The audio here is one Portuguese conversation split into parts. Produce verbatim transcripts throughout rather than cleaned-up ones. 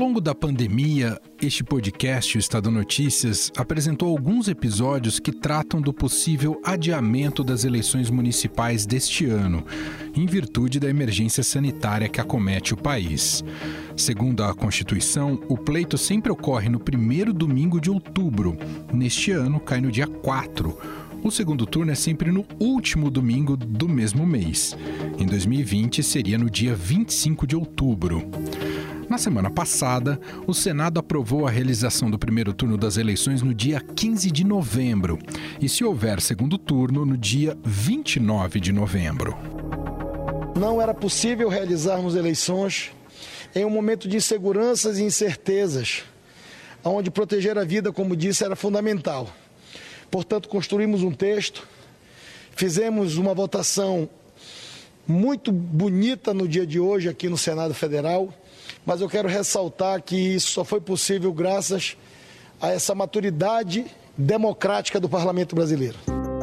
longo da pandemia, este podcast, o Estado Notícias, apresentou alguns episódios que tratam do possível adiamento das eleições municipais deste ano, em virtude da emergência sanitária que acomete o país. Segundo a Constituição, o pleito sempre ocorre no primeiro domingo de outubro. Neste ano, cai no dia quatro. O segundo turno é sempre no último domingo do mesmo mês. Em dois mil e vinte, seria no dia vinte e cinco de outubro. Na semana passada, o Senado aprovou a realização do primeiro turno das eleições no dia quinze de novembro e, se houver segundo turno, no dia vinte e nove de novembro. Não era possível realizarmos eleições em um momento de inseguranças e incertezas, onde proteger a vida, como disse, era fundamental. Portanto, construímos um texto, fizemos uma votação muito bonita no dia de hoje aqui no Senado Federal, mas eu quero ressaltar que isso só foi possível graças a essa maturidade democrática do Parlamento brasileiro.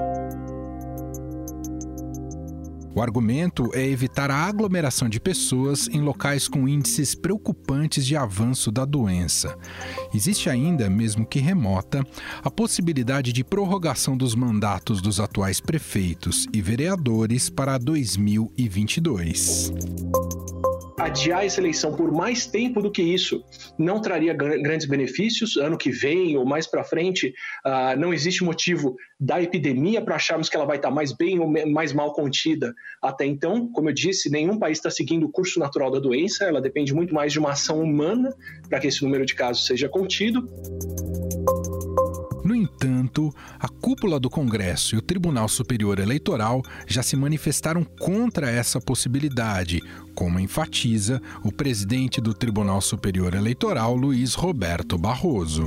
O argumento é evitar a aglomeração de pessoas em locais com índices preocupantes de avanço da doença. Existe ainda, mesmo que remota, a possibilidade de prorrogação dos mandatos dos atuais prefeitos e vereadores para dois mil e vinte e dois. Adiar essa eleição por mais tempo do que isso não traria grandes benefícios. Ano que vem ou mais para frente, uh, não existe motivo da epidemia para acharmos que ela vai estar mais bem ou mais mal contida. Até então, como eu disse, nenhum país está seguindo o curso natural da doença, ela depende muito mais de uma ação humana para que esse número de casos seja contido. No entanto, a cúpula do Congresso e o Tribunal Superior Eleitoral já se manifestaram contra essa possibilidade, como enfatiza o presidente do Tribunal Superior Eleitoral, Luiz Roberto Barroso.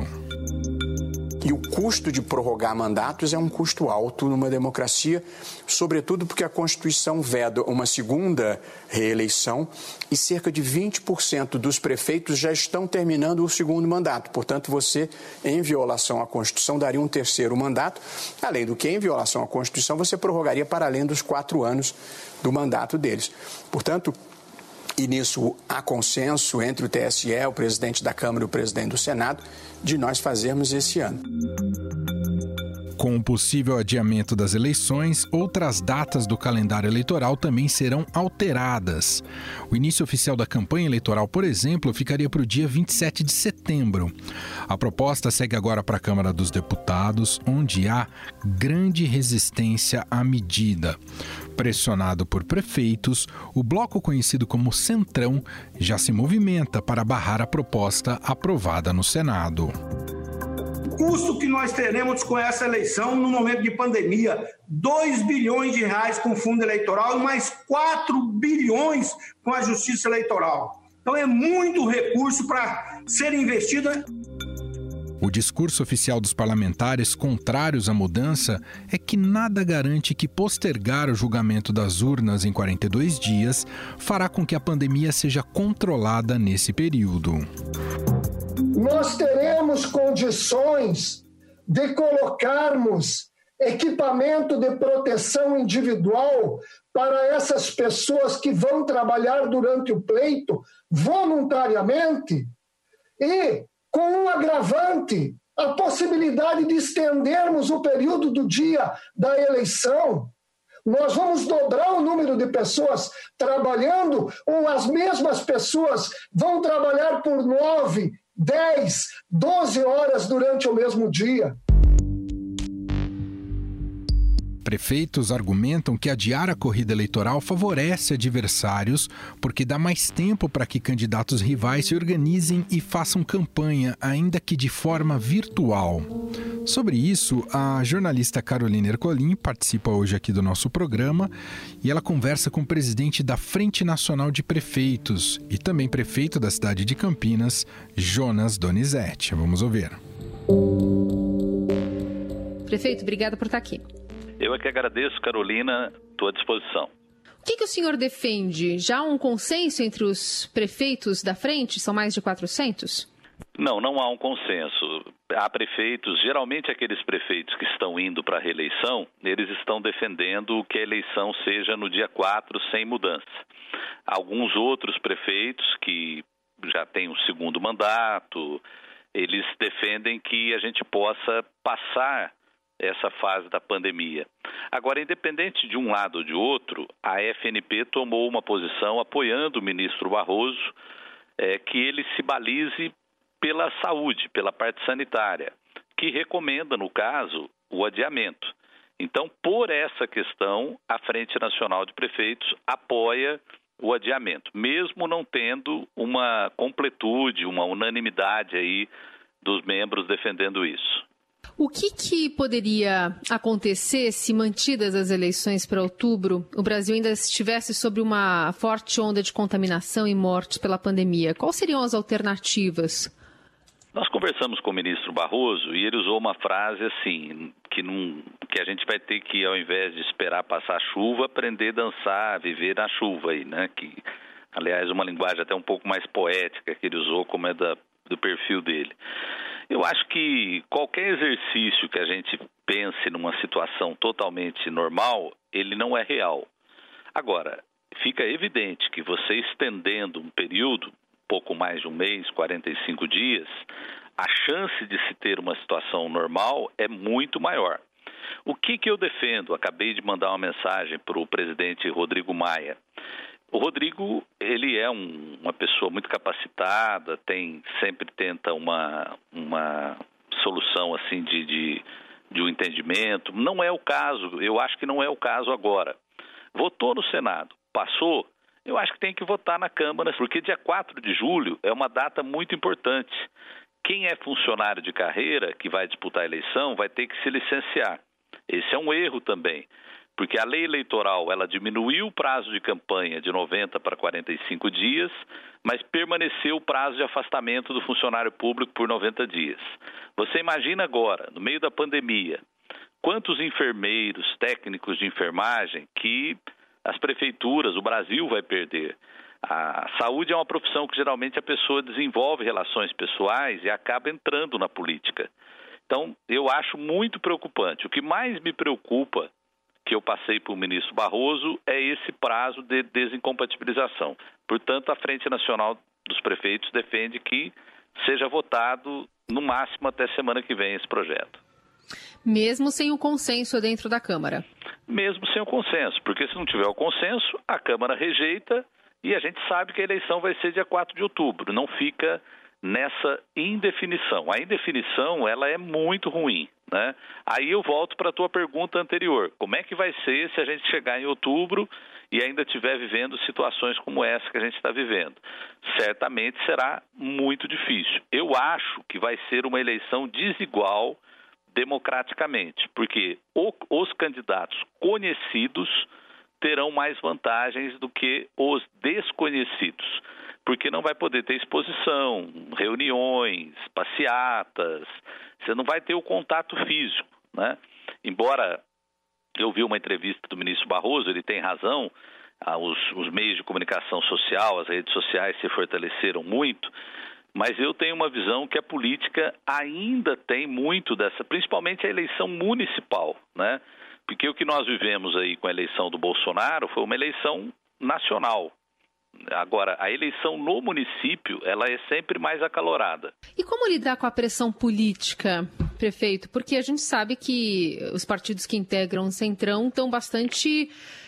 E o custo de prorrogar mandatos é um custo alto numa democracia, sobretudo porque a Constituição veda uma segunda reeleição e cerca de vinte por cento dos prefeitos já estão terminando o segundo mandato. Portanto, você, em violação à Constituição, daria um terceiro mandato. Além do que, em violação à Constituição, você prorrogaria para além dos quatro anos do mandato deles. Portanto, e nisso há consenso entre o T S E, o presidente da Câmara e o presidente do Senado, de nós fazermos esse ano. Com o possível adiamento das eleições, outras datas do calendário eleitoral também serão alteradas. O início oficial da campanha eleitoral, por exemplo, ficaria para o dia vinte e sete de setembro. A proposta segue agora para a Câmara dos Deputados, onde há grande resistência à medida. Pressionado por prefeitos, o bloco conhecido como Centrão já se movimenta para barrar a proposta aprovada no Senado. O custo que nós teremos com essa eleição no momento de pandemia, dois bilhões de reais com o fundo eleitoral e mais quatro bilhões com a justiça eleitoral. Então é muito recurso para ser investido. O discurso oficial dos parlamentares contrários à mudança é que nada garante que postergar o julgamento das urnas em quarenta e dois dias fará com que a pandemia seja controlada nesse período. Nós teremos condições de colocarmos equipamento de proteção individual para essas pessoas que vão trabalhar durante o pleito voluntariamente e, com um agravante, a possibilidade de estendermos o período do dia da eleição. Nós vamos dobrar o número de pessoas trabalhando ou as mesmas pessoas vão trabalhar por nove, dez, doze horas durante o mesmo dia. Prefeitos argumentam que adiar a corrida eleitoral favorece adversários porque dá mais tempo para que candidatos rivais se organizem e façam campanha, ainda que de forma virtual. Sobre isso, a jornalista Carolina Ercolim participa hoje aqui do nosso programa e ela conversa com o presidente da Frente Nacional de Prefeitos e também prefeito da cidade de Campinas, Jonas Donizete. Vamos ouvir. Prefeito, obrigada por estar aqui. Eu é que agradeço, Carolina, estou à disposição. O que, que o senhor defende? Já há um consenso entre os prefeitos da frente? São mais de quatrocentos? Não, não há um consenso. Há prefeitos, geralmente aqueles prefeitos que estão indo para a reeleição, eles estão defendendo que a eleição seja no dia quatro, sem mudança. Alguns outros prefeitos que já tem um segundo mandato, eles defendem que a gente possa passar essa fase da pandemia. Agora, independente de um lado ou de outro, a F N P tomou uma posição apoiando o ministro Barroso, é, que ele se balize pela saúde, pela parte sanitária, que recomenda, no caso, o adiamento. Então, por essa questão, a Frente Nacional de Prefeitos apoia o adiamento, mesmo não tendo uma completude, uma unanimidade aí dos membros defendendo isso. O que, que poderia acontecer se, mantidas as eleições para outubro, o Brasil ainda estivesse sob uma forte onda de contaminação e mortes pela pandemia? Quais seriam as alternativas? Nós conversamos com o ministro Barroso e ele usou uma frase assim, que, não, que a gente vai ter que, ao invés de esperar passar a chuva, aprender a dançar, viver na chuva aí, né? Que, aliás, uma linguagem até um pouco mais poética que ele usou, como é da, do perfil dele. Eu acho que qualquer exercício que a gente pense numa situação totalmente normal, ele não é real. Agora, fica evidente que você estendendo um período, pouco mais de um mês, quarenta e cinco dias, a chance de se ter uma situação normal é muito maior. O que, que eu defendo? Acabei de mandar uma mensagem para o presidente Rodrigo Maia. O Rodrigo, ele é um, uma pessoa muito capacitada, tem, sempre tenta uma, uma solução assim de, de, de um entendimento. Não é o caso, eu acho que não é o caso agora. Votou no Senado, passou, eu acho que tem que votar na Câmara, porque dia quatro de julho é uma data muito importante. Quem é funcionário de carreira que vai disputar a eleição vai ter que se licenciar. Esse é um erro também. Porque a lei eleitoral, ela diminuiu o prazo de campanha de noventa para quarenta e cinco dias, mas permaneceu o prazo de afastamento do funcionário público por noventa dias. Você imagina agora, no meio da pandemia, quantos enfermeiros, técnicos de enfermagem que as prefeituras, o Brasil vai perder. A saúde é uma profissão que geralmente a pessoa desenvolve relações pessoais e acaba entrando na política. Então, eu acho muito preocupante. O que mais me preocupa, que eu passei para o ministro Barroso, é esse prazo de desincompatibilização. Portanto, a Frente Nacional dos Prefeitos defende que seja votado no máximo até semana que vem esse projeto. Mesmo sem o consenso dentro da Câmara? Mesmo sem o consenso, porque se não tiver o consenso, a Câmara rejeita e a gente sabe que a eleição vai ser dia quatro de outubro, não fica nessa indefinição. A indefinição, ela é muito ruim, né? Aí eu volto para a tua pergunta anterior. Como é que vai ser se a gente chegar em outubro e ainda estiver vivendo situações como essa que a gente está vivendo? Certamente será muito difícil. Eu acho que vai ser uma eleição desigual democraticamente, porque os candidatos conhecidos terão mais vantagens do que os desconhecidos, porque não vai poder ter exposição, reuniões, passeatas, você não vai ter o contato físico, né? Embora eu vi uma entrevista do ministro Barroso, ele tem razão, os, os meios de comunicação social, as redes sociais se fortaleceram muito, mas eu tenho uma visão que a política ainda tem muito dessa, principalmente a eleição municipal, né? Porque o que nós vivemos aí com a eleição do Bolsonaro foi uma eleição nacional. Agora, a eleição no município, ela é sempre mais acalorada. E como lidar com a pressão política, prefeito? Porque a gente sabe que os partidos que integram o Centrão estão bastante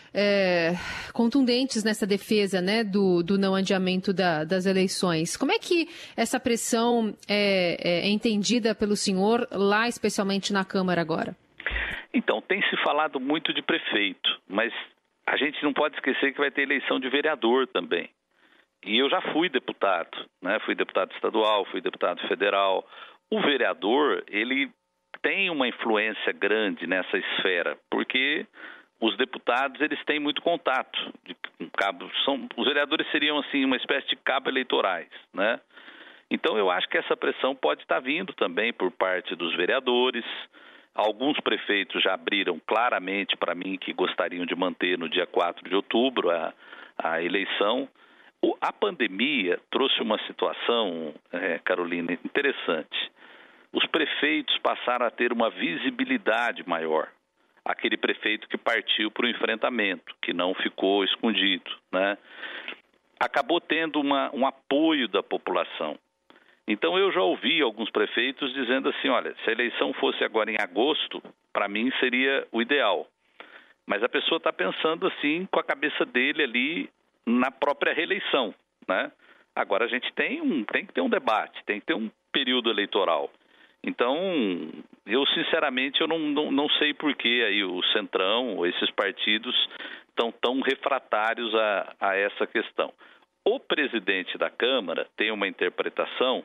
é, contundentes nessa defesa, né, do, do não adiamento da, das eleições. Como é que essa pressão é, é, é entendida pelo senhor lá, especialmente na Câmara agora? Então, tem se falado muito de prefeito, mas a gente não pode esquecer que vai ter eleição de vereador também. E eu já fui deputado, né? Fui deputado estadual, fui deputado federal. O vereador, ele tem uma influência grande nessa esfera, porque os deputados, eles têm muito contato. De cabo, são, os vereadores seriam, assim, uma espécie de cabo eleitorais, né? Então, eu acho que essa pressão pode estar vindo também por parte dos vereadores. Alguns prefeitos já abriram claramente para mim que gostariam de manter no dia quatro de outubro a, a eleição. O, a pandemia trouxe uma situação, é, Carolina, interessante. Os prefeitos passaram a ter uma visibilidade maior. Aquele prefeito que partiu para o enfrentamento, que não ficou escondido, né? acabou tendo uma, um apoio da população. Então eu já ouvi alguns prefeitos dizendo assim, olha, se a eleição fosse agora em agosto, para mim seria o ideal. Mas a pessoa está pensando assim com a cabeça dele ali na própria reeleição, né? Agora a gente tem, um, tem que ter um debate, tem que ter um período eleitoral. Então, eu sinceramente eu não, não, não sei por que aí o Centrão, esses partidos estão tão refratários a, a essa questão. O presidente da Câmara tem uma interpretação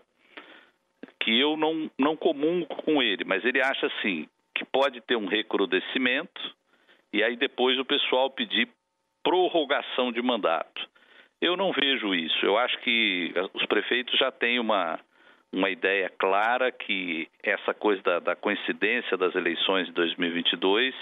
que eu não, não comungo com ele, mas ele acha assim, que pode ter um recrudescimento e aí depois o pessoal pedir prorrogação de mandato. Eu não vejo isso. Eu acho que os prefeitos já têm uma, uma ideia clara que essa coisa da, da coincidência das eleições de dois mil e vinte e dois,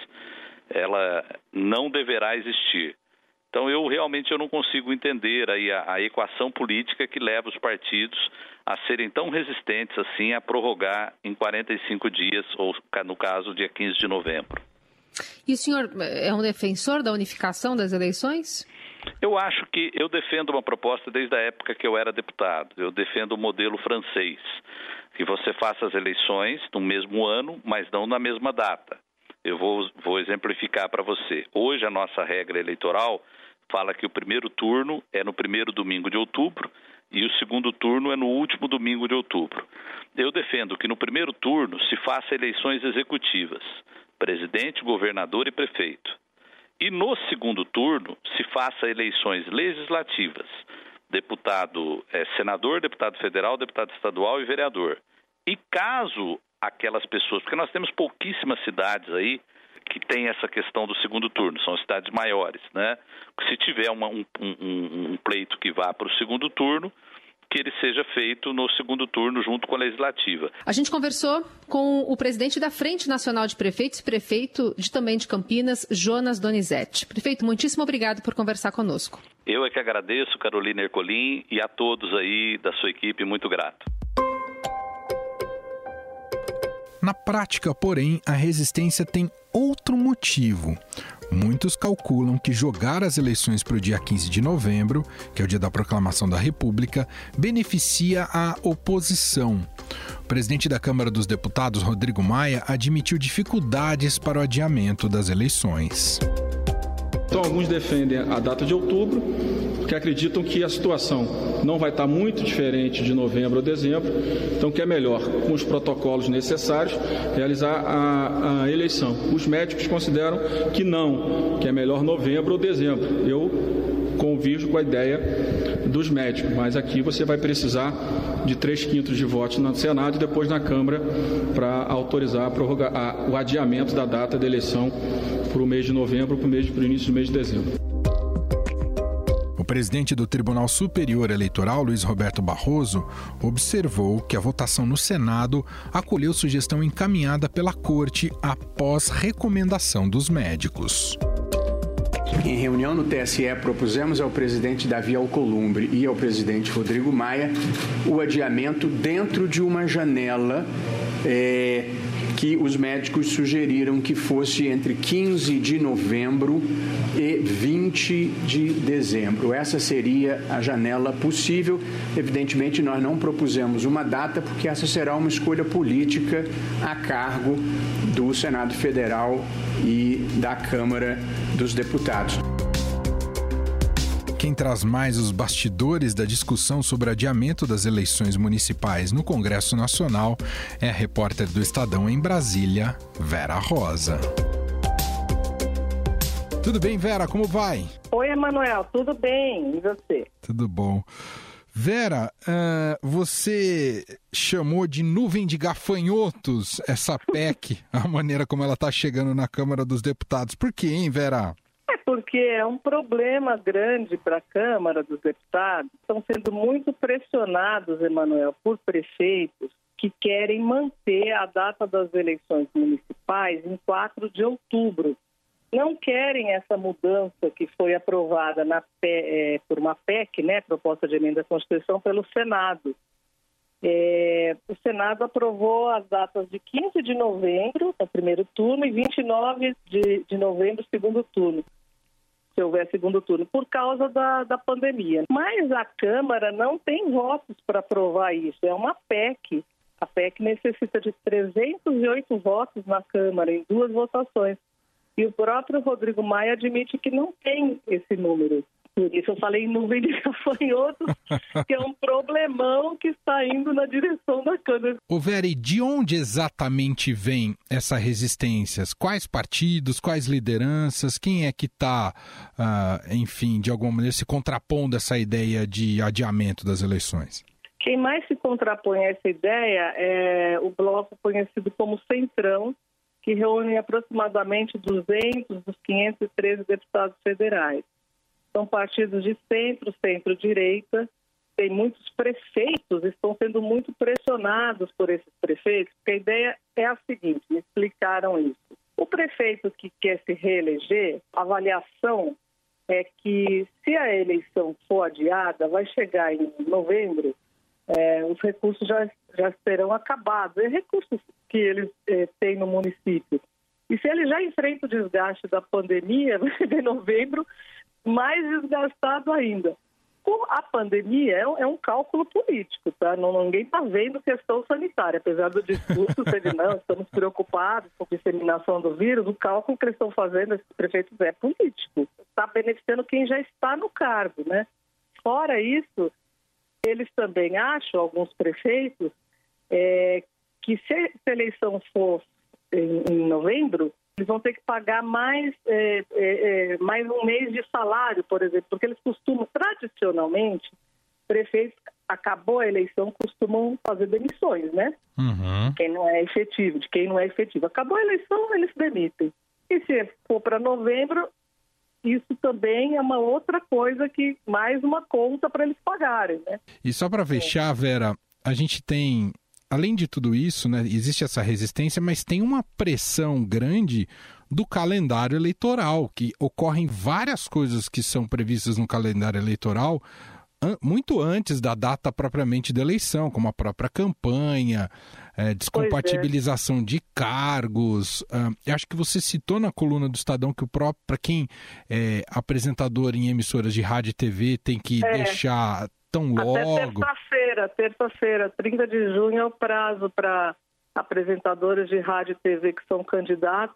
ela não deverá existir. Então, eu realmente eu não consigo entender aí a, a equação política que leva os partidos a serem tão resistentes assim a prorrogar em quarenta e cinco dias, ou no caso, dia quinze de novembro. E o senhor é um defensor da unificação das eleições? Eu acho que eu defendo uma proposta desde a época que eu era deputado. Eu defendo o modelo francês, que você faça as eleições no mesmo ano, mas não na mesma data. Eu vou, vou exemplificar para você. Hoje a nossa regra eleitoral fala que o primeiro turno é no primeiro domingo de outubro e o segundo turno é no último domingo de outubro. Eu defendo que no primeiro turno se faça eleições executivas, presidente, governador e prefeito. E no segundo turno se faça eleições legislativas, deputado, é, senador, deputado federal, deputado estadual e vereador. E caso aquelas pessoas, porque nós temos pouquíssimas cidades aí que tem essa questão do segundo turno, são cidades maiores, né? Se tiver uma, um, um, um pleito que vá para o segundo turno, que ele seja feito no segundo turno junto com a legislativa. A gente conversou com o presidente da Frente Nacional de Prefeitos, prefeito de, também de Campinas, Jonas Donizete. Prefeito, muitíssimo obrigado por conversar conosco. Eu é que agradeço, Carolina Ercolim, e a todos aí da sua equipe, muito grato. Na prática, porém, a resistência tem outro motivo. Muitos calculam que jogar as eleições para o dia quinze de novembro, que é o dia da proclamação da República, beneficia a oposição. O presidente da Câmara dos Deputados, Rodrigo Maia, admitiu dificuldades para o adiamento das eleições. Então, alguns defendem a data de outubro, porque acreditam que a situação não vai estar muito diferente de novembro ou dezembro, então que é melhor, com os protocolos necessários, realizar a, a eleição. Os médicos consideram que não, que é melhor novembro ou dezembro. Eu convivo com a ideia dos médicos, mas aqui você vai precisar de três quintos de votos no Senado e depois na Câmara para autorizar a prorroga, a, o adiamento da data da eleição para o mês de novembro, para o mês, para o início do mês de dezembro. O presidente do Tribunal Superior Eleitoral, Luiz Roberto Barroso, observou que a votação no Senado acolheu sugestão encaminhada pela Corte após recomendação dos médicos. Em reunião no T S E, propusemos ao presidente Davi Alcolumbre e ao presidente Rodrigo Maia o adiamento dentro de uma janela é, que os médicos sugeriram que fosse entre quinze de novembro e vinte de dezembro. Essa seria a janela possível. Evidentemente, nós não propusemos uma data, porque essa será uma escolha política a cargo do Senado Federal e da Câmara dos Deputados. Quem traz mais os bastidores da discussão sobre adiamento das eleições municipais no Congresso Nacional é a repórter do Estadão em Brasília, Vera Rosa. Tudo bem, Vera? Como vai? Oi, Emanuel. Tudo bem? E você? Tudo bom. Vera, uh, você chamou de nuvem de gafanhotos essa P E C, a maneira como ela está chegando na Câmara dos Deputados. Por quê, hein, Vera? É porque é um problema grande para a Câmara dos Deputados. Estão sendo muito pressionados, Emanuel, por prefeitos que querem manter a data das eleições municipais em quatro de outubro. Não querem essa mudança que foi aprovada na P E C, é, por uma P E C, né, proposta de emenda à Constituição, pelo Senado. É, o Senado aprovou as datas de quinze de novembro, no primeiro turno, e vinte e nove de, de novembro, segundo turno. se houver segundo turno, por causa da, da pandemia. Mas a Câmara não tem votos para aprovar isso, é uma P E C. A P E C necessita de trezentos e oito votos na Câmara, em duas votações. E o próprio Rodrigo Maia admite que não tem esse número. Por isso eu falei em nuvem de gafanhotos, que é um problemão que está indo na direção da Câmara. Ô Vera, e de onde exatamente vem essa resistência? Quais partidos, quais lideranças? Quem é que está, uh, enfim, de alguma maneira se contrapondo a essa ideia de adiamento das eleições? Quem mais se contrapõe a essa ideia é o bloco conhecido como Centrão, que reúne aproximadamente duzentos dos quinhentos e treze deputados federais. São partidos de centro, centro-direita, tem muitos prefeitos, estão sendo muito pressionados por esses prefeitos, porque a ideia é a seguinte, me explicaram isso. O prefeito que quer se reeleger, a avaliação é que se a eleição for adiada, vai chegar em novembro, é, os recursos já, já serão acabados, é recursos que eles é, têm no município. E se ele já enfrenta o desgaste da pandemia, vai chegar em novembro, mais desgastado ainda. Com a pandemia é um, é um cálculo político, tá? Não, ninguém está vendo questão sanitária, apesar do discurso ser de não, estamos preocupados com a disseminação do vírus, o cálculo que eles estão fazendo, esses prefeitos, é político. Está beneficiando quem já está no cargo, né? Fora isso, eles também acham, alguns prefeitos, é, que se a eleição for em, em novembro, eles vão ter que pagar mais, é, é, mais um mês de salário, por exemplo, porque eles costumam, tradicionalmente, prefeitos, acabou a eleição, costumam fazer demissões, né? Uhum. Quem não é efetivo, de quem não é efetivo. Acabou a eleição, eles demitem. E se for para novembro, isso também é uma outra coisa que, mais uma conta para eles pagarem, né? E só para fechar, Vera, a gente tem... Além de tudo isso, né, existe essa resistência, mas tem uma pressão grande do calendário eleitoral, que ocorrem várias coisas que são previstas no calendário eleitoral an- muito antes da data propriamente da eleição, como a própria campanha, é, descompatibilização é. de cargos. Uh, eu acho que você citou na coluna do Estadão que o próprio, para quem é apresentador em emissoras de rádio e T V, tem que é. deixar... Tão logo. Até terça-feira, terça-feira, trinta de junho é o prazo para apresentadores de rádio e T V que são candidatos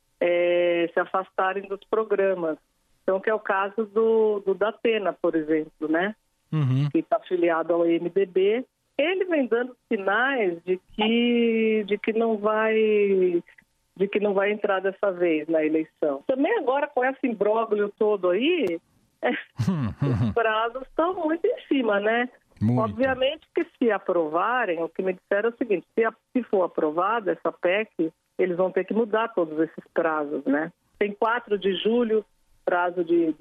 é, se afastarem dos programas. Então, que é o caso do, do Datena, por exemplo, né? Uhum. Que está afiliado ao M D B. Ele vem dando sinais de que, de que não vai... de que não vai entrar dessa vez na eleição. Também agora, com esse imbróglio todo aí... os prazos estão muito em cima, né? Muito. Obviamente que se aprovarem, o que me disseram é o seguinte, se, a, se for aprovada essa P E C, eles vão ter que mudar todos esses prazos, né? Tem quatro de julho, prazo de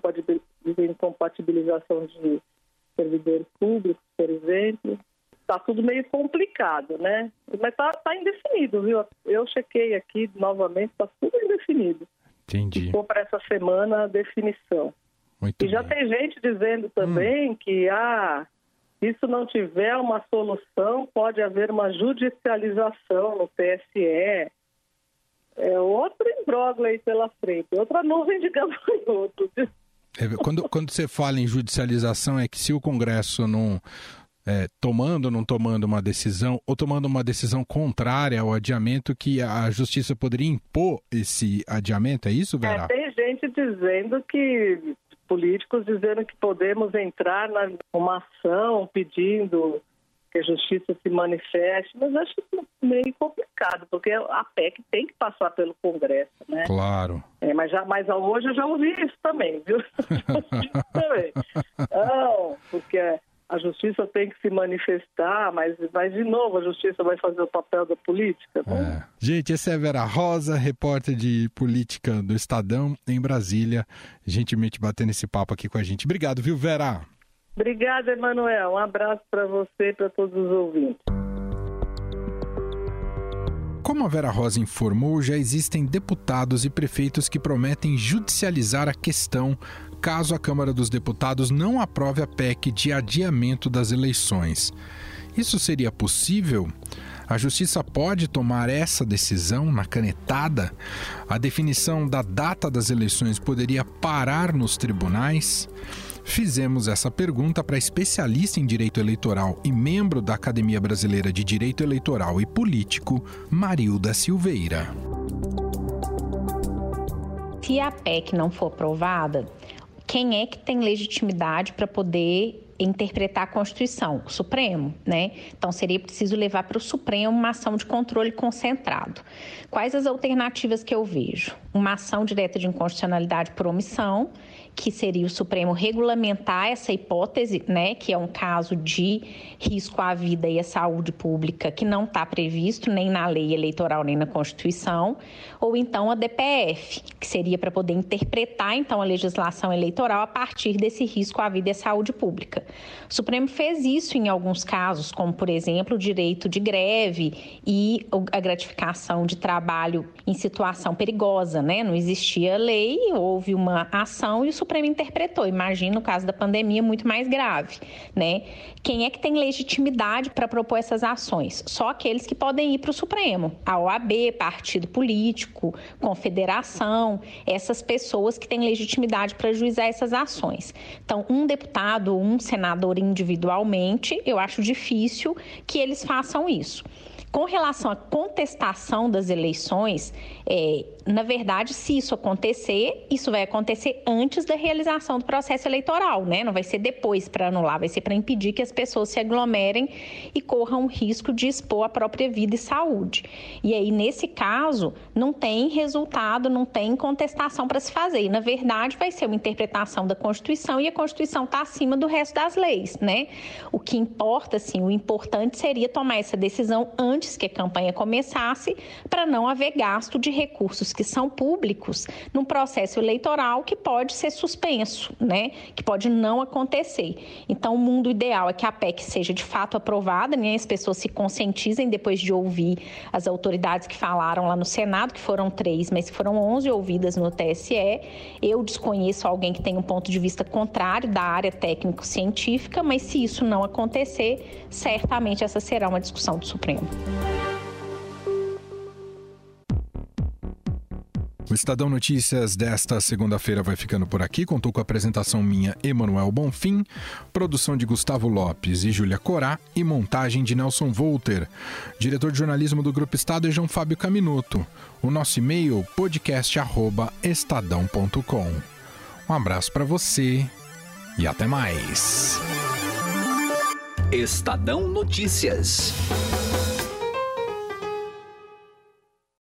desincompatibilização de servidores públicos, por exemplo. Está tudo meio complicado, né? Mas está tá indefinido, viu? Eu chequei aqui novamente, está tudo indefinido. Entendi. Ficou para essa semana a definição. Muito e já bem. tem gente dizendo também hum. que, ah, se isso não tiver uma solução, pode haver uma judicialização no T S E. É outro imbróglio aí pela frente, outra nuvem de gafanhotos. É, quando, quando você fala em judicialização, é que se o Congresso não... É, tomando ou não tomando uma decisão, ou tomando uma decisão contrária ao adiamento, que a Justiça poderia impor esse adiamento, é isso, Vera? É, tem gente dizendo que, políticos dizendo que podemos entrar numa ação pedindo que a Justiça se manifeste, mas acho isso meio complicado, porque a P E C tem que passar pelo Congresso, né? Claro. É, mas, já, mas hoje eu já ouvi isso também, viu? isso também. Não, porque... a Justiça tem que se manifestar, mas, mas, de novo, a Justiça vai fazer o papel da política. Né? É. Gente, essa é a Vera Rosa, repórter de política do Estadão, em Brasília, gentilmente batendo esse papo aqui com a gente. Obrigado, viu, Vera? Obrigada, Emanuel. Um abraço para você e para todos os ouvintes. Como a Vera Rosa informou, já existem deputados e prefeitos que prometem judicializar a questão caso a Câmara dos Deputados não aprove a P E C de adiamento das eleições. Isso seria possível? A Justiça pode tomar essa decisão na canetada? A definição da data das eleições poderia parar nos tribunais? Fizemos essa pergunta para a especialista em direito eleitoral e membro da Academia Brasileira de Direito Eleitoral e Político, Marilda Silveira. Se a P E C não for aprovada, quem é que tem legitimidade para poder interpretar a Constituição? O Supremo, né? Então, seria preciso levar para o Supremo uma ação de controle concentrado. Quais as alternativas que eu vejo? Uma ação direta de inconstitucionalidade por omissão, que seria o Supremo regulamentar essa hipótese, né, que é um caso de risco à vida e à saúde pública que não está previsto nem na lei eleitoral nem na Constituição, ou então a D P F, que seria para poder interpretar então a legislação eleitoral a partir desse risco à vida e à saúde pública. O Supremo fez isso em alguns casos, como por exemplo o direito de greve e a gratificação de trabalho em situação perigosa, né? Não existia lei, houve uma ação e o Supremo interpretou. Imagina, no caso da pandemia, muito mais grave, né? Quem é que tem legitimidade para propor essas ações? Só aqueles que podem ir para o Supremo. A O A B, partido político, confederação, essas pessoas que têm legitimidade para juizar essas ações. Então, um deputado, um senador individualmente, eu acho difícil que eles façam isso. Com relação à contestação das eleições, é, na verdade, se isso acontecer, isso vai acontecer antes da realização do processo eleitoral, né? Não vai ser depois para anular, vai ser para impedir que as pessoas se aglomerem e corram o risco de expor a própria vida e saúde. E aí, nesse caso, não tem resultado, não tem contestação para se fazer. E, na verdade, vai ser uma interpretação da Constituição e a Constituição está acima do resto das leis, né? O que importa, assim, o importante seria tomar essa decisão antes que a campanha começasse, para não haver gasto de recursos que são públicos num processo eleitoral que pode ser suspenso, né? Que pode não acontecer. Então, o mundo ideal é que a P E C seja de fato aprovada, né? As pessoas se conscientizem depois de ouvir as autoridades que falaram lá no Senado, que foram três, mas foram onze ouvidas no T S E. Eu desconheço alguém que tenha um ponto de vista contrário da área técnico-científica, mas se isso não acontecer, certamente essa será uma discussão do Supremo. O Estadão Notícias desta segunda-feira vai ficando por aqui. Contou com a apresentação minha, Emanuel Bonfim, produção de Gustavo Lopes e Júlia Corá e montagem de Nelson Volter. Diretor de jornalismo do Grupo Estado é João Fábio Caminuto. O nosso e-mail, podcast arroba estadão ponto com. Um abraço para você e até mais. Estadão Notícias.